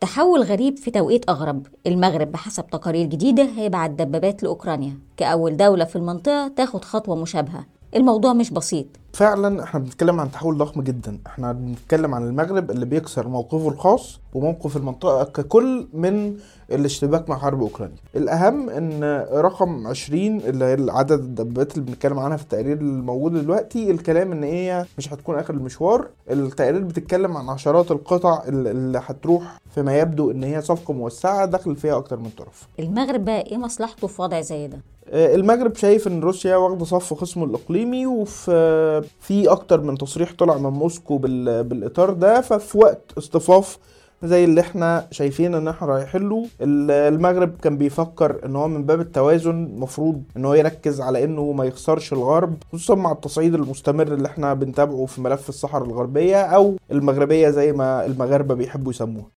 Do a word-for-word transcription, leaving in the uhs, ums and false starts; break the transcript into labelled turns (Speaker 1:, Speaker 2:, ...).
Speaker 1: تحول غريب في توقيت أغرب. المغرب بحسب تقارير جديدة هيبعت دبابات لأوكرانيا كأول دولة في المنطقة تاخد خطوة مشابهة. الموضوع مش بسيط.
Speaker 2: فعلا احنا بنتكلم عن تحول ضخم جدا. احنا بنتكلم عن المغرب اللي بيكسر موقفه الخاص وموقف المنطقة ككل من الاشتباك مع حرب اوكرانيا. الاهم ان رقم عشرين اللي هي عدد الدبابات اللي بنتكلم عنها في التقرير الموجود دلوقتي، الكلام ان هي مش هتكون اخر المشوار. التقرير بتتكلم عن عشرات القطع اللي هتروح فيما يبدو ان هي صفقة موسعة داخل فيها اكتر من طرف.
Speaker 1: المغرب بقى ايه مصلحته في وضع زي ده؟
Speaker 2: المغرب شايف ان روسيا واخده صف خصمه الاقليمي، وفي في اكتر من تصريح طلع من موسكو بالاطار ده. ففي وقت اصطفاف زي اللي احنا شايفين ان احنا رايحين له، المغرب كان بيفكر ان هو من باب التوازن مفروض ان هو يركز على انه ما يخسرش الغرب، خصوصا مع التصعيد المستمر اللي احنا بنتابعه في ملف الصحراء الغربية او المغربية زي ما المغاربة بيحبوا يسموها.